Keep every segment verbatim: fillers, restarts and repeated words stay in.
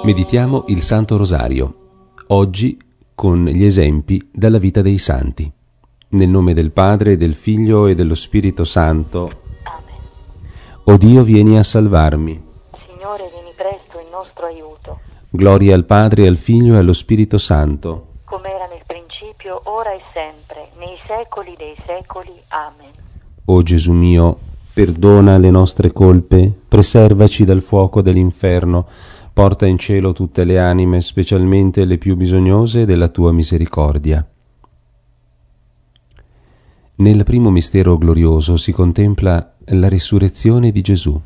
Meditiamo il Santo Rosario, oggi con gli esempi dalla vita dei santi. Nel nome del Padre, del Figlio e dello Spirito Santo. Amen. O Dio, vieni a salvarmi. Signore, vieni presto in nostro aiuto. Gloria al Padre, al Figlio e allo Spirito Santo. Come era nel principio, ora e sempre, nei secoli dei secoli. Amen. O Gesù mio, perdona le nostre colpe, preservaci dal fuoco dell'inferno, porta in cielo tutte le anime, specialmente le più bisognose della tua misericordia. Nel primo mistero glorioso si contempla la risurrezione di Gesù.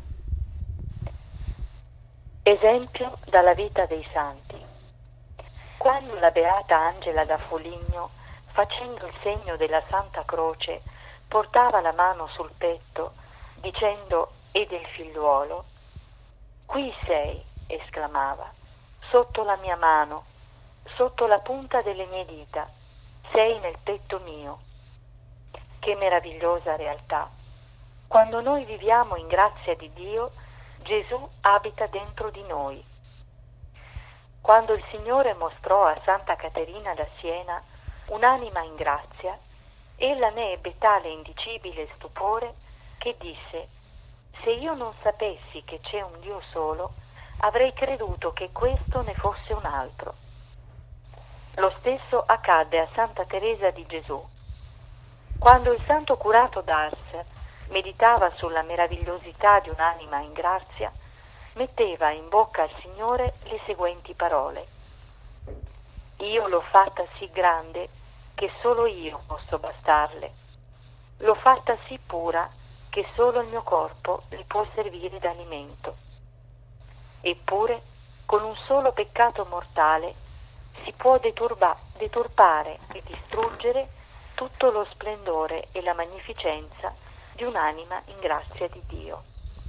Esempio dalla vita dei santi. Quando la beata Angela da Foligno, facendo il segno della Santa Croce, portava la mano sul petto, dicendo «E del figliuolo», «Qui sei», esclamava, «sotto la mia mano, sotto la punta delle mie dita, sei nel petto mio». Che meravigliosa realtà! Quando noi viviamo in grazia di Dio, Gesù abita dentro di noi. Quando il Signore mostrò a Santa Caterina da Siena un'anima in grazia, ella ne ebbe tale indicibile stupore che disse: «Se io non sapessi che c'è un Dio solo, avrei creduto che questo ne fosse un altro». Lo stesso accadde a Santa Teresa di Gesù. Quando il santo curato d'Ars meditava sulla meravigliosità di un'anima in grazia, metteva in bocca al Signore le seguenti parole: «Io l'ho fatta sì grande che solo io posso bastarle. L'ho fatta sì pura che solo il mio corpo le può servire d'alimento. Eppure, con un solo peccato mortale si può deturba, deturpare e distruggere tutto lo splendore e la magnificenza di un'anima in grazia di Dio».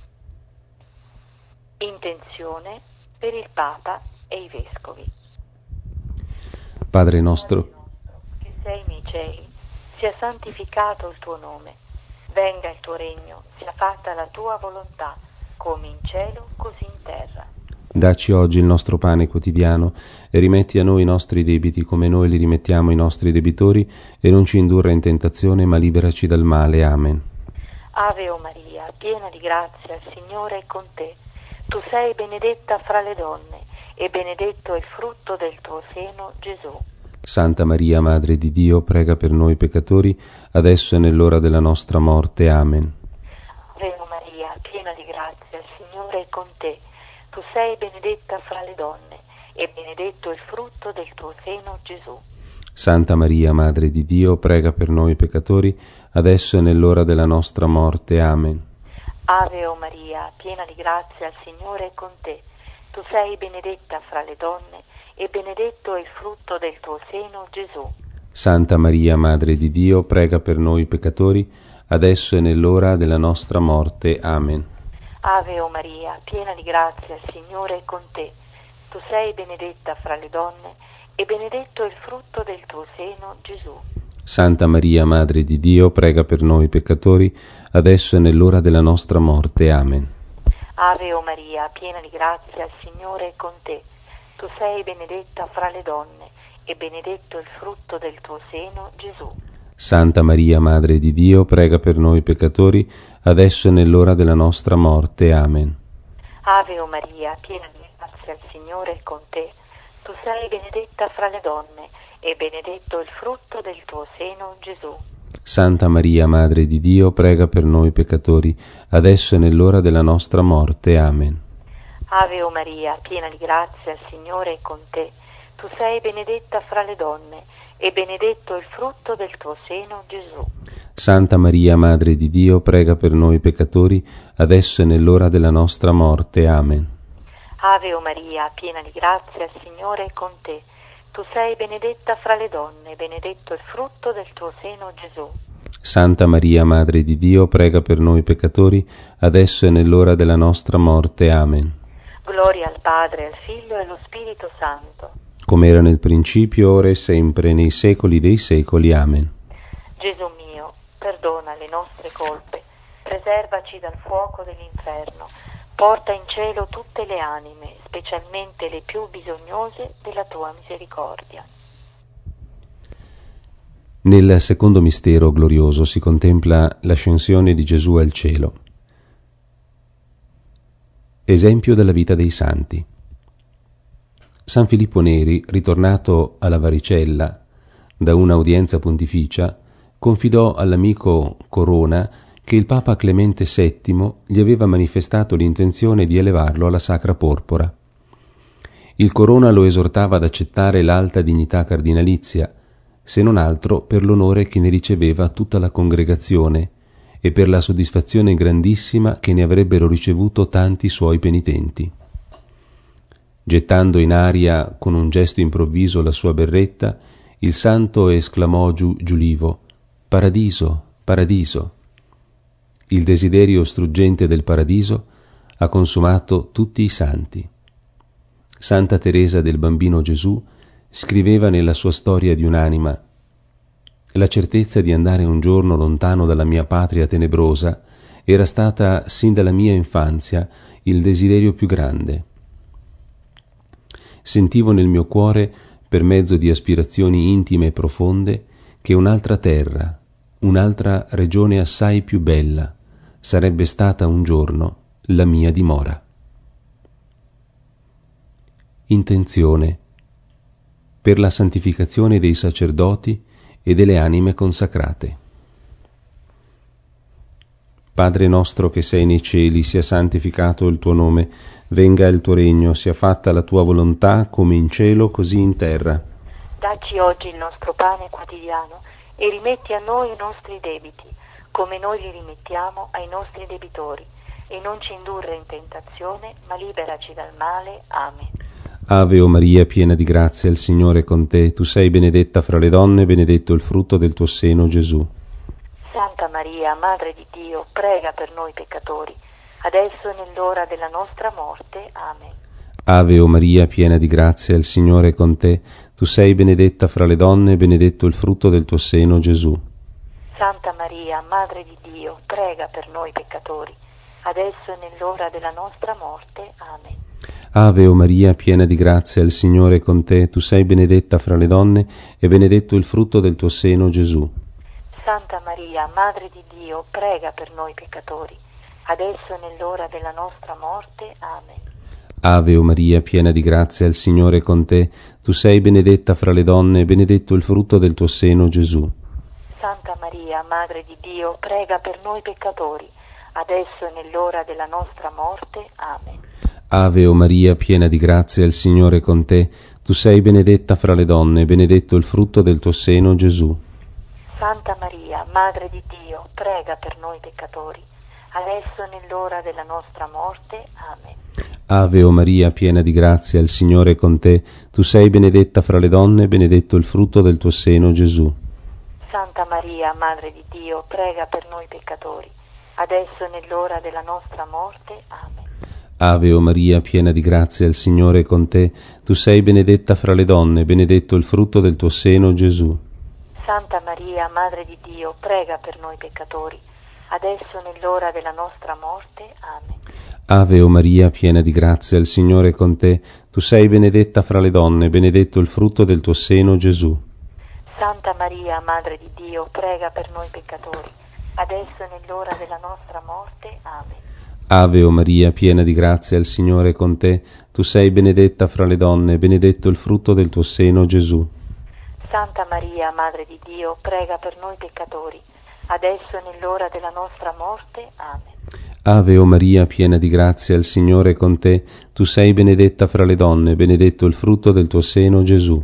Intenzione per il Papa e i Vescovi. Padre nostro, che sei nei cieli, sia santificato il tuo nome, venga il tuo regno, sia fatta la tua volontà, come in cielo, così in terra. dacci oggi il nostro pane quotidiano e rimetti a noi i nostri debiti come noi li rimettiamo ai nostri debitori, e non ci indurre in tentazione, ma liberaci dal male. Amen. Ave o Maria, piena di grazia, il Signore è con te. Tu sei benedetta fra le donne, e benedetto è il frutto del tuo seno, Gesù. Santa Maria, Madre di Dio, prega per noi peccatori, adesso e nell'ora della nostra morte. Amen. Ave Maria, piena di grazia, il Signore è con te. Tu sei benedetta fra le donne, e benedetto è il frutto del tuo seno, Gesù. Santa Maria, Madre di Dio, prega per noi peccatori, adesso e nell'ora della nostra morte. Amen. Ave o Maria, piena di grazia, il Signore è con te. Tu sei benedetta fra le donne, e benedetto è il frutto del tuo seno, Gesù. Santa Maria, Madre di Dio, prega per noi peccatori, adesso e nell'ora della nostra morte. Amen. Ave o Maria, piena di grazia, il Signore è con te. Tu sei benedetta fra le donne, e benedetto è il frutto del tuo seno, Gesù. Santa Maria, Madre di Dio, prega per noi peccatori, adesso e nell'ora della nostra morte. Amen. Ave o Maria, piena di grazia, il Signore è con te. Tu sei benedetta fra le donne, e benedetto è il frutto del tuo seno, Gesù. Santa Maria, Madre di Dio, prega per noi peccatori, adesso e nell'ora della nostra morte. Amen. Ave o Maria, piena di grazia, il Signore è con te. Tu sei benedetta fra le donne, e benedetto è il frutto del tuo seno, Gesù. Santa Maria, Madre di Dio, prega per noi peccatori, adesso e nell'ora della nostra morte. Amen. Ave o Maria, piena di grazia, il Signore è con te. Tu sei benedetta fra le donne, e benedetto è il frutto del tuo seno, Gesù. Santa Maria, Madre di Dio, prega per noi peccatori, adesso e nell'ora della nostra morte. Amen. Ave o Maria, piena di grazia, il Signore è con te. Tu sei benedetta fra le donne, e benedetto è il frutto del tuo seno, Gesù. Santa Maria, Madre di Dio, prega per noi peccatori, adesso e nell'ora della nostra morte. Amen. Gloria al Padre, al Figlio e allo Spirito Santo. Come era nel principio, ora e sempre, nei secoli dei secoli. Amen. Gesù mio, perdona le nostre colpe, preservaci dal fuoco dell'inferno, porta in cielo tutte le anime, specialmente specialmente le più bisognose della tua misericordia. Nel secondo mistero glorioso si contempla l'ascensione di Gesù al cielo. Esempio della vita dei santi. San Filippo Neri, ritornato alla Varicella da un'audienza pontificia, confidò all'amico Corona che il Papa Clemente settimo gli aveva manifestato l'intenzione di elevarlo alla Sacra Porpora. Il Corona lo esortava ad accettare l'alta dignità cardinalizia, se non altro per l'onore che ne riceveva tutta la congregazione e per la soddisfazione grandissima che ne avrebbero ricevuto tanti suoi penitenti. Gettando in aria con un gesto improvviso la sua berretta, il santo esclamò giù giulivo: «Paradiso, paradiso!» Il desiderio struggente del paradiso ha consumato tutti i santi. Santa Teresa del Bambino Gesù scriveva nella sua storia di un'anima: «La certezza di andare un giorno lontano dalla mia patria tenebrosa era stata sin dalla mia infanzia il desiderio più grande. Sentivo nel mio cuore, per mezzo di aspirazioni intime e profonde, che un'altra terra, un'altra regione assai più bella, sarebbe stata un giorno la mia dimora». Intenzione per la santificazione dei sacerdoti e delle anime consacrate. Padre nostro che sei nei cieli, sia santificato il tuo nome, venga il tuo regno, sia fatta la tua volontà come in cielo così in terra. Dacci oggi il nostro pane quotidiano e rimetti a noi i nostri debiti, come noi li rimettiamo ai nostri debitori, e non ci indurre in tentazione, ma liberaci dal male. Amen. Ave o Maria, piena di grazia, il Signore è con te. Tu sei benedetta fra le donne, benedetto il frutto del tuo seno, Gesù. Santa Maria, Madre di Dio, prega per noi peccatori, adesso e nell'ora della nostra morte. Amen. Ave o Maria, piena di grazia, il Signore è con te. Tu sei benedetta fra le donne, benedetto il frutto del tuo seno, Gesù. Santa Maria, Madre di Dio, prega per noi peccatori, adesso e nell'ora della nostra morte. Amen. Ave o Maria, piena di grazia, il Signore è con te. Tu sei benedetta fra le donne e benedetto il frutto del tuo seno, Gesù. Santa Maria, Madre di Dio, prega per noi peccatori, adesso e nell'ora della nostra morte. Amen. Ave o Maria, piena di grazia, il Signore è con te. Tu sei benedetta fra le donne e benedetto il frutto del tuo seno, Gesù. Santa Maria, Madre di Dio, prega per noi peccatori, adesso e nell'ora della nostra morte. Amen. Ave o Maria, piena di grazia, il Signore è con te. Tu sei benedetta fra le donne, benedetto il frutto del tuo seno, Gesù. Santa Maria, Madre di Dio, prega per noi peccatori, adesso e nell'ora della nostra morte. Amen. Ave o Maria, piena di grazia, il Signore è con te. Tu sei benedetta fra le donne, benedetto il frutto del tuo seno, Gesù. Santa Maria, Madre di Dio, prega per noi peccatori, adesso e nell'ora della nostra morte. Amen. Ave o Maria, piena di grazia, il Signore è con te. Tu sei benedetta fra le donne, benedetto il frutto del tuo seno, Gesù. Santa Maria, Madre di Dio, prega per noi peccatori, adesso e nell'ora della nostra morte. Amen. Ave o Maria, piena di grazia, il Signore è con te. Tu sei benedetta fra le donne, benedetto il frutto del tuo seno, Gesù. Santa Maria, Madre di Dio, prega per noi peccatori, adesso e nell'ora della nostra morte. Amen. Ave o Maria, piena di grazia, il Signore è con te. Tu sei benedetta fra le donne, benedetto il frutto del tuo seno, Gesù. Santa Maria, Madre di Dio, prega per noi peccatori, adesso e nell'ora della nostra morte. Amen. Ave o Maria, piena di grazia, il Signore è con te. Tu sei benedetta fra le donne, benedetto il frutto del tuo seno, Gesù.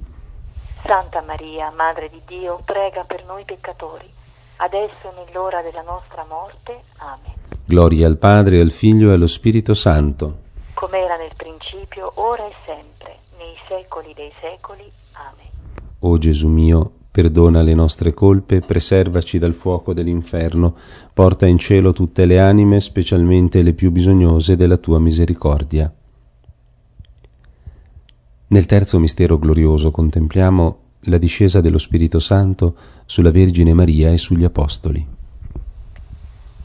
Santa Maria, Madre di Dio, prega per noi peccatori, adesso e nell'ora della nostra morte. Amen. Gloria al Padre, al Figlio e allo Spirito Santo. Come era nel principio, ora e sempre, nei secoli dei secoli. Amen. O Gesù mio, perdona le nostre colpe, preservaci dal fuoco dell'inferno, porta in cielo tutte le anime, specialmente le più bisognose della tua misericordia. Nel terzo mistero glorioso contempliamo la discesa dello Spirito Santo sulla Vergine Maria e sugli Apostoli.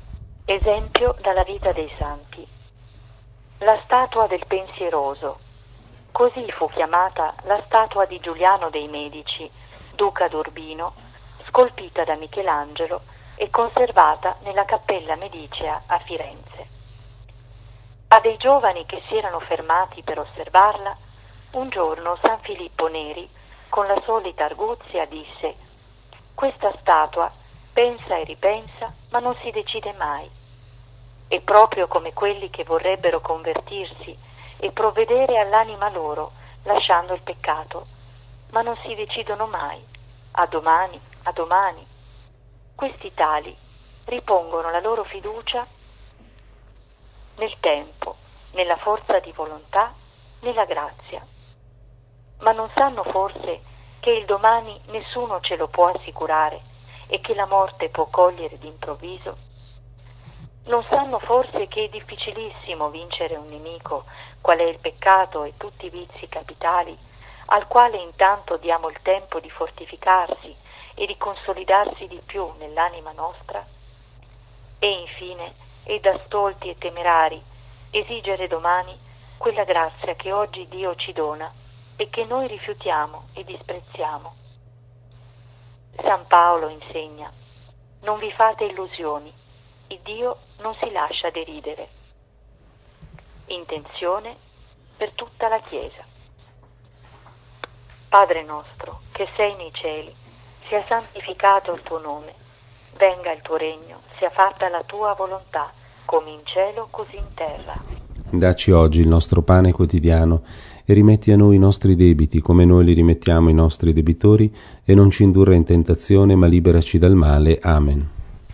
Esempio dalla vita dei santi. La statua del pensieroso, Così fu chiamata la statua di Giuliano dei Medici, duca d'Urbino, scolpita da Michelangelo e conservata nella Cappella Medicea a Firenze. A dei giovani che si erano fermati per osservarla, un giorno San Filippo Neri, con la solita arguzia, disse: «Questa statua pensa e ripensa, ma non si decide mai. È proprio come quelli che vorrebbero convertirsi e provvedere all'anima loro, lasciando il peccato, ma non si decidono mai. A domani, a domani. Questi tali ripongono la loro fiducia nel tempo, nella forza di volontà, nella grazia. Ma non sanno forse che il domani nessuno ce lo può assicurare e che la morte può cogliere d'improvviso? Non sanno forse che è difficilissimo vincere un nemico, qual è il peccato e tutti i vizi capitali, al quale intanto diamo il tempo di fortificarsi e di consolidarsi di più nell'anima nostra? E infine è da stolti e temerari esigere domani quella grazia che oggi Dio ci dona e che noi rifiutiamo e disprezziamo. San Paolo insegna: non vi fate illusioni, il Dio non si lascia deridere. Intenzione per tutta la Chiesa. Padre nostro, che sei nei cieli, sia santificato il tuo nome, venga il tuo regno, sia fatta la tua volontà, come in cielo così in terra. Dacci oggi il nostro pane quotidiano e rimetti a noi i nostri debiti come noi li rimettiamo ai nostri debitori, e non ci indurre in tentazione ma liberaci dal male. Amen.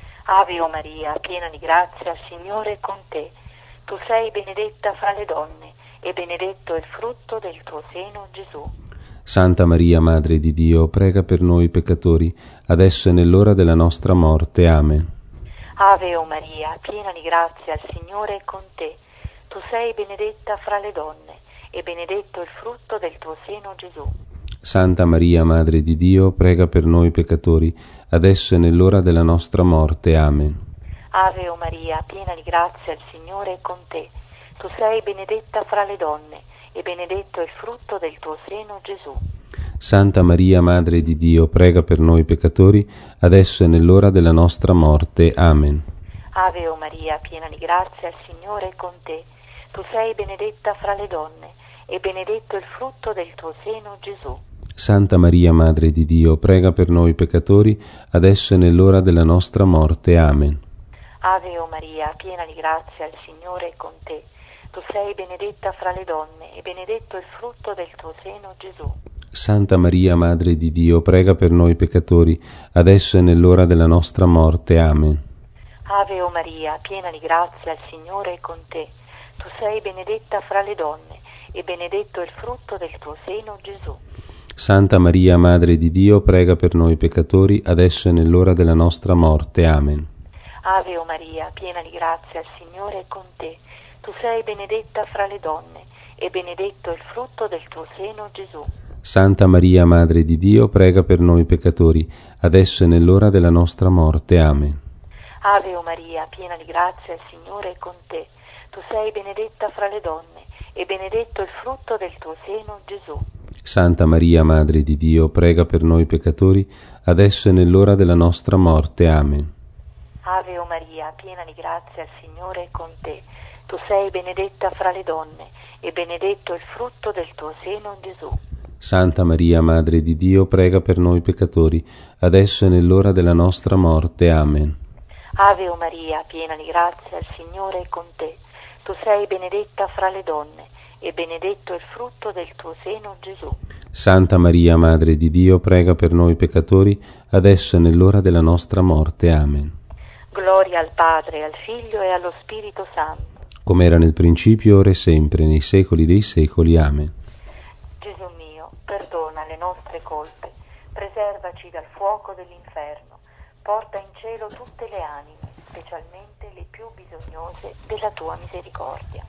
Ave o Maria, piena di grazia, il Signore è con te. Tu sei benedetta fra le donne e benedetto è il frutto del tuo seno, Gesù. Santa Maria, Madre di Dio, prega per noi peccatori, adesso e nell'ora della nostra morte. Amen. Ave o Maria, piena di grazia, il Signore è con te. Tu sei benedetta fra le donne e benedetto il frutto del tuo seno, Gesù. Santa Maria, Madre di Dio, prega per noi peccatori, adesso e nell'ora della nostra morte. Amen. Ave o Maria, piena di grazia, il Signore è con te. Tu sei benedetta fra le donne e benedetto il frutto del tuo seno, Gesù. Santa Maria, Madre di Dio, prega per noi peccatori, adesso e nell'ora della nostra morte. Amen. Ave o Maria, piena di grazia, il Signore è con te. Tu sei benedetta fra le donne e benedetto il frutto del tuo seno, Gesù. Santa Maria, Madre di Dio, prega per noi peccatori, adesso e nell'ora della nostra morte. Amen. Ave o Maria, piena di grazia, il Signore è con te. Tu sei benedetta fra le donne e benedetto il frutto del tuo seno, Gesù. Santa Maria, Madre di Dio, prega per noi peccatori, adesso e nell'ora della nostra morte. Amen. Ave o Maria, piena di grazia, il Signore è con te. Tu sei benedetta fra le donne e benedetto il frutto del tuo seno, Gesù. Santa Maria, Madre di Dio, prega per noi peccatori, adesso e nell'ora della nostra morte. Amen. Ave o Maria, piena di grazia, il Signore è con te. Tu sei benedetta fra le donne e benedetto il frutto del tuo seno, Gesù. Santa Maria, Madre di Dio, prega per noi peccatori, adesso e nell'ora della nostra morte. Amen. Ave o Maria, piena di grazia, il Signore è con te. Tu sei benedetta fra le donne e benedetto il frutto del tuo seno, Gesù. Santa Maria, Madre di Dio, prega per noi peccatori, adesso e nell'ora della nostra morte. Amen. Ave o Maria, piena di grazia, il Signore è con te. Tu sei benedetta fra le donne e benedetto il frutto del tuo seno, Gesù. Santa Maria, Madre di Dio, prega per noi peccatori, adesso e nell'ora della nostra morte. Amen. Ave o Maria, piena di grazia, il Signore è con te. Tu sei benedetta fra le donne e benedetto il frutto del tuo seno, Gesù. Santa Maria, Madre di Dio, prega per noi peccatori, adesso e nell'ora della nostra morte. Amen. Gloria al Padre, al Figlio e allo Spirito Santo. Come era nel principio, ora e sempre, nei secoli dei secoli. Amen. Gesù mio, perdona le nostre colpe, preservaci dal fuoco dell'inferno, porta in cielo tutte le anime, specialmente le più bisognose della tua misericordia.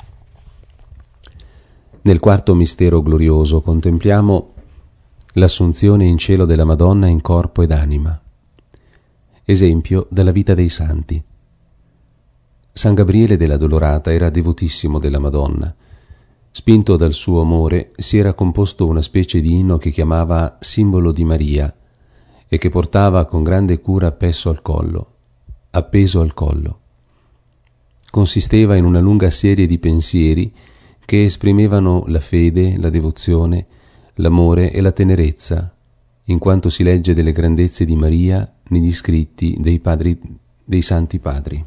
Nel quarto mistero glorioso contempliamo l'assunzione in cielo della Madonna in corpo ed anima, esempio della vita dei santi. San Gabriele della Dolorata era devotissimo della Madonna. Spinto dal suo amore, si era composto una specie di inno che chiamava Simbolo di Maria e che portava con grande cura appeso al collo, appeso al collo. Consisteva in una lunga serie di pensieri che esprimevano la fede, la devozione, l'amore e la tenerezza, in quanto si legge delle grandezze di Maria negli scritti dei padri, dei santi padri.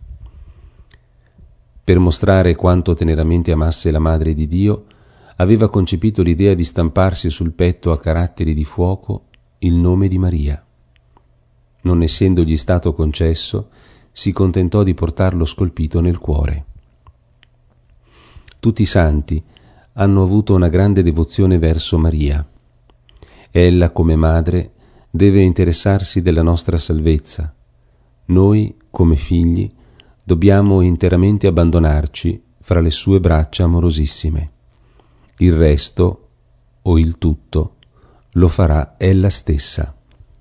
Per mostrare quanto teneramente amasse la Madre di Dio, aveva concepito l'idea di stamparsi sul petto a caratteri di fuoco il nome di Maria. Non essendogli stato concesso, si contentò di portarlo scolpito nel cuore. Tutti i santi hanno avuto una grande devozione verso Maria. Ella, come madre, deve interessarsi della nostra salvezza. Noi, come figli, dobbiamo interamente abbandonarci fra le sue braccia amorosissime. Il resto, o il tutto, lo farà ella stessa.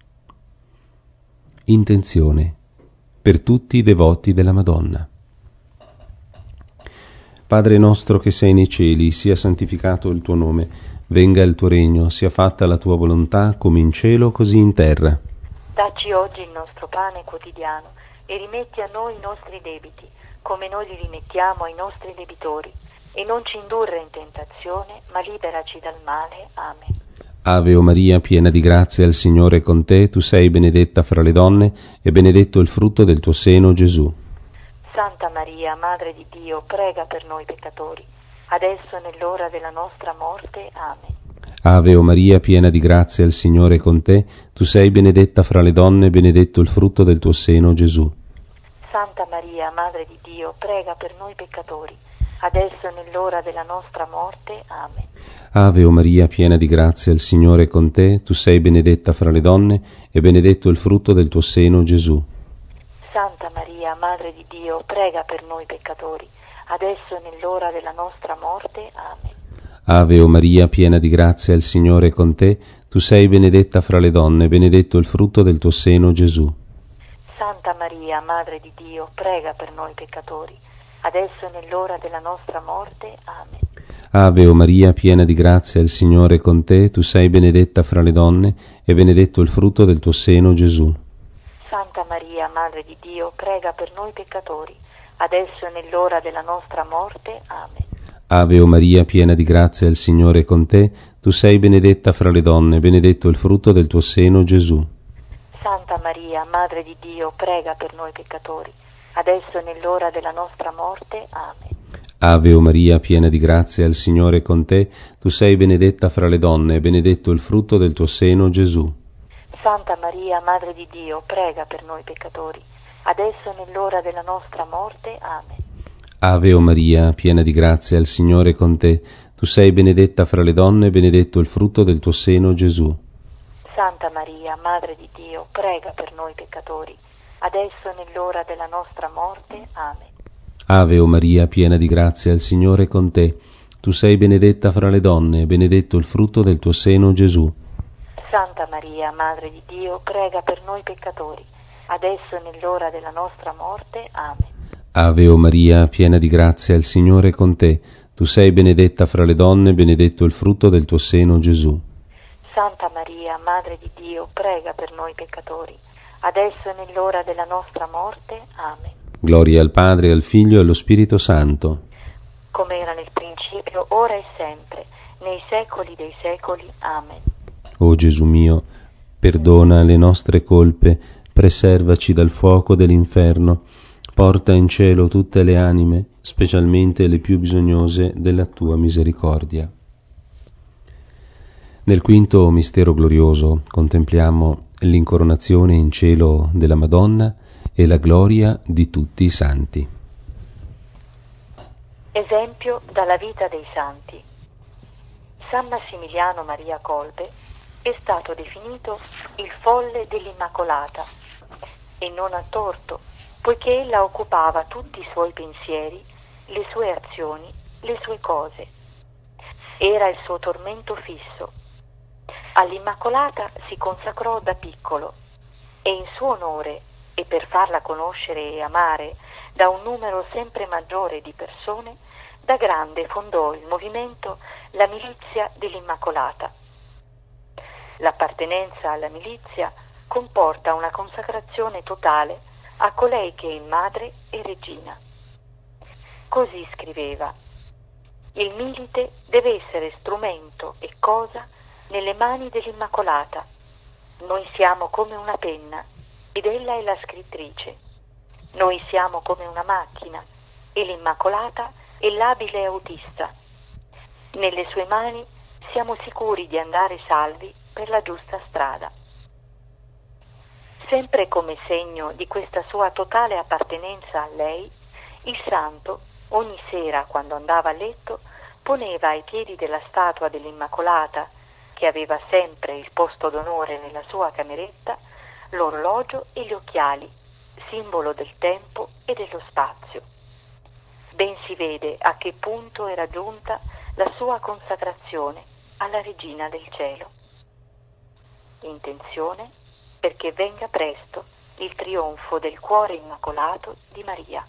Intenzione per tutti i devoti della Madonna. Padre nostro che sei nei cieli, sia santificato il tuo nome, venga il tuo regno, sia fatta la tua volontà come in cielo così in terra. Dacci oggi il nostro pane quotidiano e rimetti a noi i nostri debiti, come noi li rimettiamo ai nostri debitori, e non ci indurre in tentazione, ma liberaci dal male. Amen. Ave o Maria, piena di grazia, il Signore è con te, tu sei benedetta fra le donne, e benedetto il frutto del tuo seno, Gesù. Santa Maria, Madre di Dio, prega per noi peccatori, adesso e nell'ora della nostra morte. Amen. Ave o Maria, piena di grazia, il Signore è con te, tu sei benedetta fra le donne, e benedetto il frutto del tuo seno, Gesù. Santa Maria, Madre di Dio, prega per noi peccatori, adesso e nell'ora della nostra morte. Amen. Ave o Maria, piena di grazia, il Signore è con te, tu sei benedetta fra le donne, e benedetto il frutto del tuo seno, Gesù. Santa Maria, Madre di Dio, prega per noi peccatori, adesso e nell'ora della nostra morte. Amen. Ave o Maria, piena di grazia, il Signore è con te, tu sei benedetta fra le donne, e benedetto il frutto del tuo seno, Gesù. Santa Maria, Madre di Dio, prega per noi peccatori, adesso e nell'ora della nostra morte. Amen. Ave o Maria, piena di grazia, il Signore è con te, tu sei benedetta fra le donne, e benedetto il frutto del tuo seno, Gesù. Santa Maria, Madre di Dio, prega per noi peccatori, adesso e nell'ora della nostra morte. Amen. Ave o Maria, piena di grazia, il Signore è con te, tu sei benedetta fra le donne, benedetto il frutto del tuo seno, Gesù. Santa Maria, Madre di Dio, prega per noi peccatori, adesso e nell'ora della nostra morte. Amen. Ave o Maria, piena di grazia, il Signore è con te, tu sei benedetta fra le donne, e benedetto il frutto del tuo seno, Gesù. Santa Maria, Madre di Dio, prega per noi peccatori, adesso e nell'ora della nostra morte. Amen. Ave o Maria, piena di grazia, il Signore è con te, tu sei benedetta fra le donne, e benedetto il frutto del tuo seno, Gesù. Santa Maria, Madre di Dio, prega per noi peccatori, adesso e nell'ora della nostra morte. Amen. Ave o Maria, piena di grazia, il Signore è con te, tu sei benedetta fra le donne, e benedetto il frutto del tuo seno, Gesù. Santa Maria, Madre di Dio, prega per noi peccatori, adesso e nell'ora della nostra morte. Amen. Ave o Maria, piena di grazia, il Signore è con te, tu sei benedetta fra le donne, e benedetto il frutto del tuo seno, Gesù. Santa Maria, Madre di Dio, prega per noi peccatori, adesso e nell'ora della nostra morte. Amen. Gloria al Padre, al Figlio e allo Spirito Santo. Come era nel principio, ora e sempre, nei secoli dei secoli. Amen. O Gesù mio, perdona le nostre colpe, preservaci dal fuoco dell'inferno, porta in cielo tutte le anime, specialmente le più bisognose della tua misericordia. Nel quinto mistero glorioso contempliamo l'incoronazione in cielo della Madonna e la gloria di tutti i santi. Esempio dalla vita dei santi. San Massimiliano Maria Kolbe è stato definito il folle dell'Immacolata, e non a torto, poiché ella occupava tutti i suoi pensieri, le sue azioni, le sue cose. Era il suo tormento fisso. All'Immacolata si consacrò da piccolo, e in suo onore, e per farla conoscere e amare da un numero sempre maggiore di persone, da grande fondò il movimento La Milizia dell'Immacolata. L'appartenenza alla milizia comporta una consacrazione totale a colei che è madre e regina. Così scriveva: il milite deve essere strumento e cosa nelle mani dell'Immacolata. Noi siamo come una penna ed ella è la scrittrice. Noi siamo come una macchina e l'Immacolata è l'abile autista. Nelle sue mani siamo sicuri di andare salvi per la giusta strada. Sempre come segno di questa sua totale appartenenza a lei, il santo, ogni sera quando andava a letto, poneva ai piedi della statua dell'Immacolata, che aveva sempre il posto d'onore nella sua cameretta, l'orologio e gli occhiali, simbolo del tempo e dello spazio. Ben si vede a che punto era giunta la sua consacrazione alla Regina del Cielo. Intenzione perché venga presto il trionfo del cuore immacolato di Maria.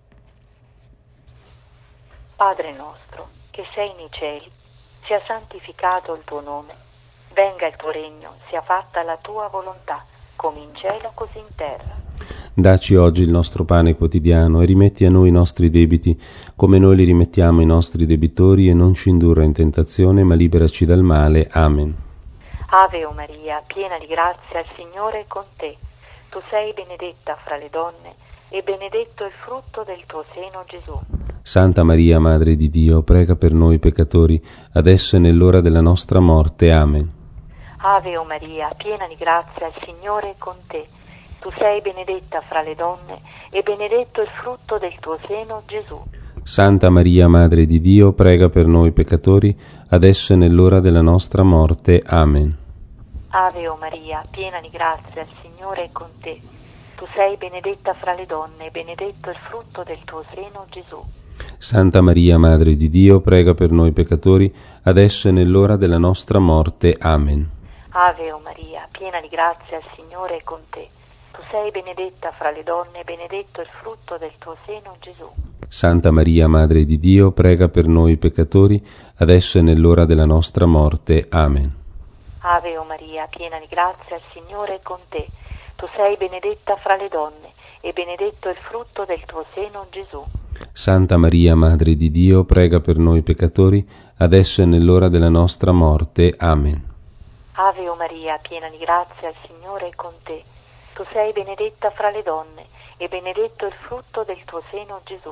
Padre nostro, che sei nei cieli, sia santificato il tuo nome, venga il tuo regno, sia fatta la tua volontà, come in cielo così in terra. Dacci oggi il nostro pane quotidiano e rimetti a noi i nostri debiti, come noi li rimettiamo ai nostri debitori, e non ci indurre in tentazione, ma liberaci dal male. Amen. Ave o Maria, piena di grazia, il Signore è con te. Tu sei benedetta fra le donne e benedetto il frutto del tuo seno, Gesù. Santa Maria, Madre di Dio, prega per noi peccatori, adesso e nell'ora della nostra morte. Amen. Ave o Maria, piena di grazia, il Signore è con te. Tu sei benedetta fra le donne e benedetto il frutto del tuo seno, Gesù. Santa Maria, Madre di Dio, prega per noi peccatori, adesso e nell'ora della nostra morte. Amen. Ave o Maria, piena di grazia, il Signore è con te. Tu sei benedetta fra le donne e benedetto il frutto del tuo seno, Gesù. Santa Maria, Madre di Dio, prega per noi peccatori, adesso e nell'ora della nostra morte. Amen. Ave o Maria, piena di grazia, il Signore è con te. Tu sei benedetta fra le donne e benedetto il frutto del tuo seno, Gesù. Santa Maria, Madre di Dio, prega per noi peccatori, adesso e nell'ora della nostra morte. Amen. Ave o Maria, piena di grazia, il Signore è con te. Tu sei benedetta fra le donne e benedetto il frutto del tuo seno, Gesù. Santa Maria, Madre di Dio, prega per noi peccatori, adesso e nell'ora della nostra morte. Amen. Ave o Maria, piena di grazia, il Signore è con te. Tu sei benedetta fra le donne e benedetto il frutto del tuo seno, Gesù.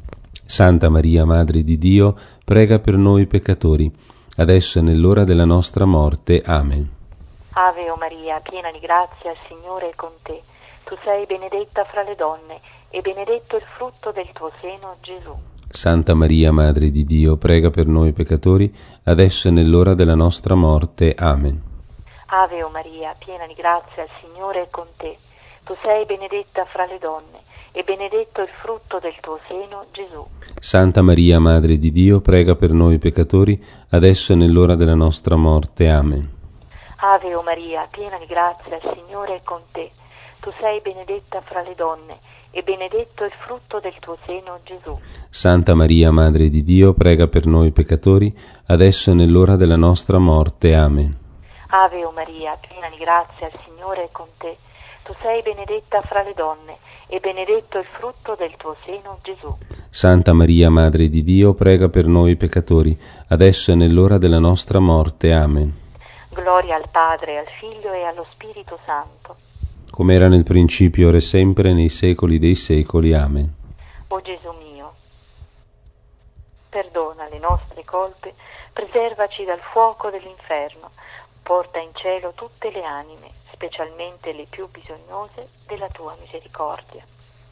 Santa Maria, Madre di Dio, prega per noi peccatori, adesso e nell'ora della nostra morte. Amen. Ave o Maria, piena di grazia, il Signore è con te. Tu sei benedetta fra le donne e benedetto il frutto del tuo seno, Gesù. Santa Maria, Madre di Dio, prega per noi peccatori, adesso e nell'ora della nostra morte. Amen. Ave o Maria, piena di grazia, il Signore è con te. Tu sei benedetta fra le donne e benedetto il frutto del tuo seno, Gesù. Santa Maria, Madre di Dio, prega per noi peccatori, adesso e nell'ora della nostra morte. Amen. Ave o Maria, piena di grazia, il Signore è con te. Tu sei benedetta fra le donne e benedetto il frutto del tuo seno, Gesù. Santa Maria, Madre di Dio, prega per noi peccatori, adesso e nell'ora della nostra morte. Amen. Ave o Maria, piena di grazia, il Signore è con te. Tu sei benedetta fra le donne e benedetto il frutto del tuo seno, Gesù. Santa Maria, Madre di Dio, prega per noi peccatori, adesso e nell'ora della nostra morte. Amen. Gloria al Padre, al Figlio e allo Spirito Santo. Come era nel principio, ora e sempre, nei secoli dei secoli. Amen. O Gesù mio, perdona le nostre colpe, preservaci dal fuoco dell'inferno, porta in cielo tutte le anime, specialmente le più bisognose della tua misericordia.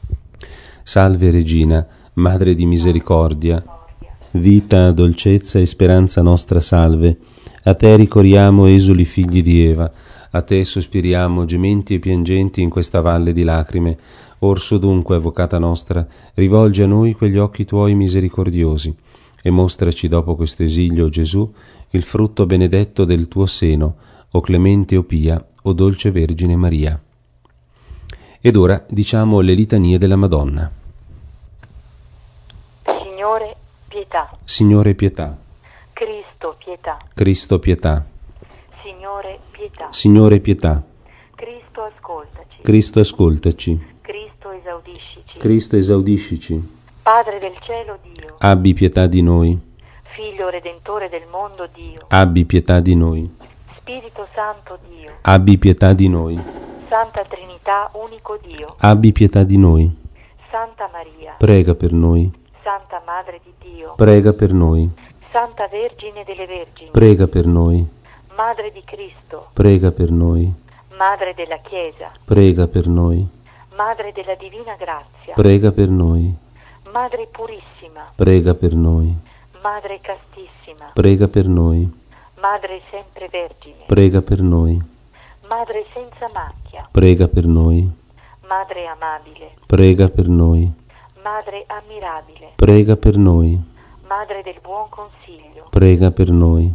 Salve Regina, Madre di misericordia, vita, dolcezza e speranza nostra salve. A te ricorriamo, esuli figli di Eva, a te sospiriamo, gementi e piangenti in questa valle di lacrime. Orso dunque, avvocata nostra, rivolgi a noi quegli occhi tuoi misericordiosi e mostraci dopo questo esilio, Gesù, il frutto benedetto del tuo seno, o clemente o pia, o dolce Vergine Maria. Ed ora diciamo le litanie della Madonna. Signore, pietà. Signore pietà. Cristo pietà. Cristo pietà. Signore pietà. Signore pietà. Cristo ascoltaci. Cristo ascoltaci. Cristo esaudiscici. Cristo esaudiscici. Padre del cielo Dio. Abbi pietà di noi. Figlio redentore del mondo Dio. Abbi pietà di noi. Spirito Santo Dio. Abbi pietà di noi. Santa Trinità unico Dio. Abbi pietà di noi. Santa Maria. Prega per noi. Santa Madre di Dio. Prega per noi. Santa Vergine delle Vergini. Prega per noi. Madre di Cristo. Prega per noi. Madre della Chiesa. Prega per noi. Madre della Divina Grazia. Prega per noi. Madre purissima. Prega per noi. Madre castissima. Prega per noi. Madre sempre vergine. Prega per noi. Madre senza macchia. Prega per noi. Madre amabile. Prega per noi. Madre ammirabile. Prega per noi. Madre del buon consiglio. Prega per noi.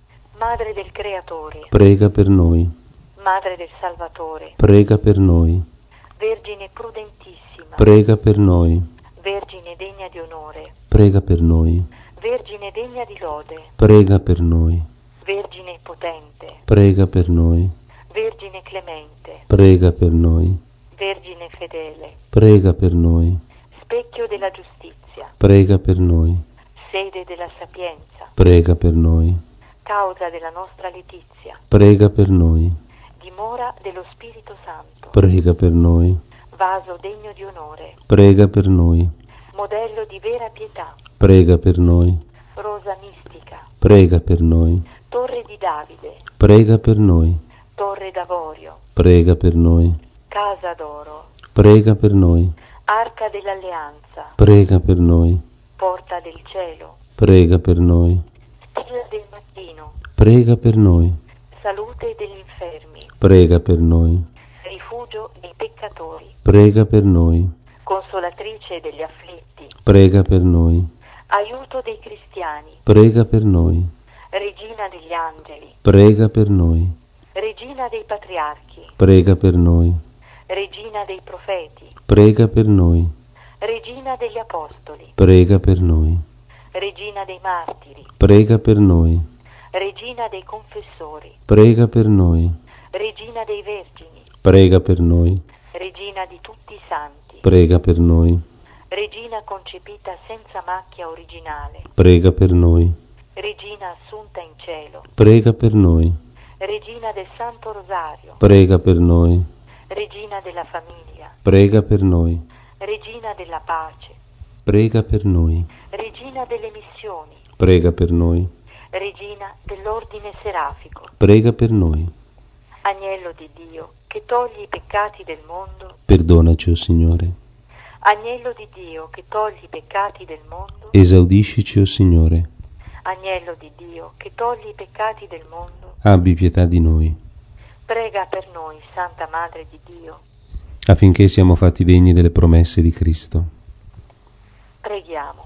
Madre del Creatore. Prega per noi. Madre del Salvatore. Prega per noi. Vergine prudentissima. Prega per noi. Vergine degna di onore. Prega per noi. Vergine degna di lode. Prega per noi. Vergine potente. Prega per noi. Vergine clemente. Prega per noi. Vergine fedele. Prega per noi. Specchio della giustizia. Prega per noi. Sede della sapienza. Prega per noi. Causa della nostra letizia. Prega per noi. Dimora dello Spirito Santo. Prega per noi. Vaso degno di onore. Prega per noi. Modello di vera pietà. Prega per noi. Rosa mistica. Prega per noi. Torre di Davide. Prega per noi. Torre d'avorio. Prega per noi. Casa d'oro. Prega per noi. Arca dell'alleanza. Prega per noi. Porta del cielo. Prega per noi. Stella del mattino. Prega per noi. Salute degli infermi. Prega per noi. Rifugio dei peccatori. Prega per noi. Consolatrice degli afflitti. Prega per noi. Aiuto dei cristiani. Prega per noi. Regina degli angeli. Prega per noi. Regina dei patriarchi. Prega per noi. Regina dei profeti. Prega per noi. Regina degli apostoli. Prega per noi. Regina dei martiri. Prega per noi. Regina dei confessori. Prega per noi. Regina dei vergini. Prega per noi. Regina di tutti i santi. Prega per noi. Regina concepita senza macchia originale. Prega per noi. Regina assunta in cielo. Prega per noi. Regina del Santo Rosario. Prega per noi. Regina della famiglia. Prega per noi. Regina della pace. Prega per noi. Regina delle missioni. Prega per noi. Regina dell'ordine serafico. Prega per noi. Agnello di Dio, che togli i peccati del mondo. Perdonaci, o Signore. Agnello di Dio, che togli i peccati del mondo. Esaudiscici, o Signore. Agnello di Dio, che togli i peccati del mondo. Abbi pietà di noi. Prega per noi, Santa Madre di Dio, affinché siamo fatti degni delle promesse di Cristo. Preghiamo.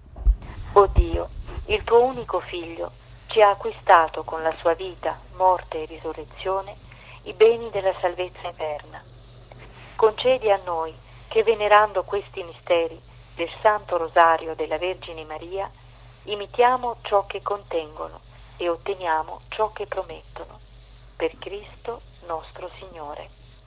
O Dio, il tuo unico Figlio ci ha acquistato con la sua vita, morte e risurrezione i beni della salvezza eterna. Concedi a noi che, venerando questi misteri del Santo Rosario della Vergine Maria, imitiamo ciò che contengono e otteniamo ciò che promettono. Per Cristo nostro Signore.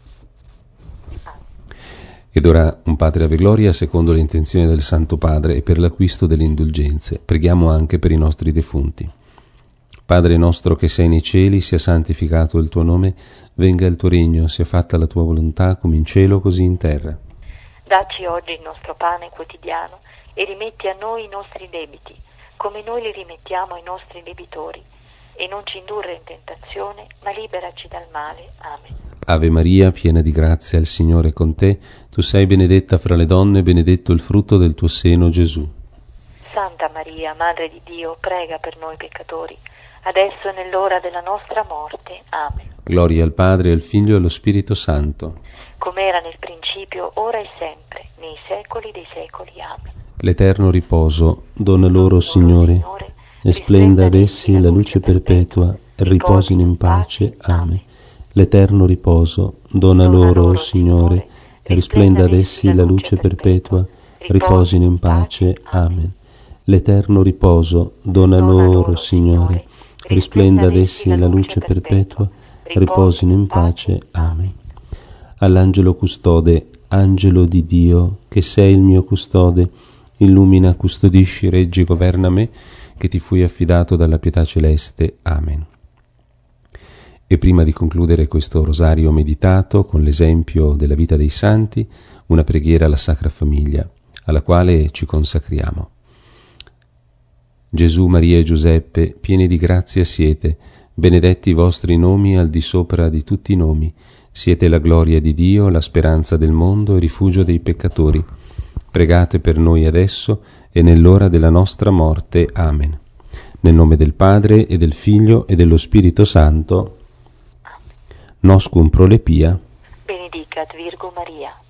Amen. Ed ora un Padre Ave Gloria secondo le intenzioni del Santo Padre e per l'acquisto delle indulgenze. Preghiamo anche per i nostri defunti. Padre nostro che sei nei cieli, sia santificato il tuo nome, venga il tuo regno, sia fatta la tua volontà come in cielo così in terra. Dacci oggi il nostro pane quotidiano e rimetti a noi i nostri debiti, come noi li rimettiamo ai nostri debitori, e non ci indurre in tentazione, ma liberaci dal male. Amen. Ave Maria, piena di grazia, il Signore è con te. Tu sei benedetta fra le donne e benedetto il frutto del tuo seno, Gesù. Santa Maria, Madre di Dio, prega per noi peccatori, adesso e nell'ora della nostra morte. Amen. Gloria al Padre, al Figlio e allo Spirito Santo. Come era nel principio, ora e sempre, nei secoli dei secoli. Amen. L'eterno riposo dona loro, Signore, e splenda ad essi la luce perpetua, e riposino in pace. Amen. L'eterno riposo dona loro, Signore, e risplenda ad essi la luce perpetua, riposino in pace. Amen. l'eterno riposo dona loro, Signore, risplenda ad essi la luce perpetua, riposino in pace. Amen. All'angelo custode, angelo di Dio, che sei il mio custode, illumina, custodisci, reggi, governa me, che ti fui affidato dalla pietà celeste. Amen. E prima di concludere questo rosario meditato con l'esempio della vita dei santi, una preghiera alla Sacra Famiglia, alla quale ci consacriamo. Gesù, Maria e Giuseppe, pieni di grazia siete, benedetti i vostri nomi al di sopra di tutti i nomi. Siete la gloria di Dio, la speranza del mondo e rifugio dei peccatori. Pregate per noi adesso e nell'ora della nostra morte. Amen. Nel nome del Padre e del Figlio e dello Spirito Santo. Noscum prolepia. Benedicat Virgo Maria.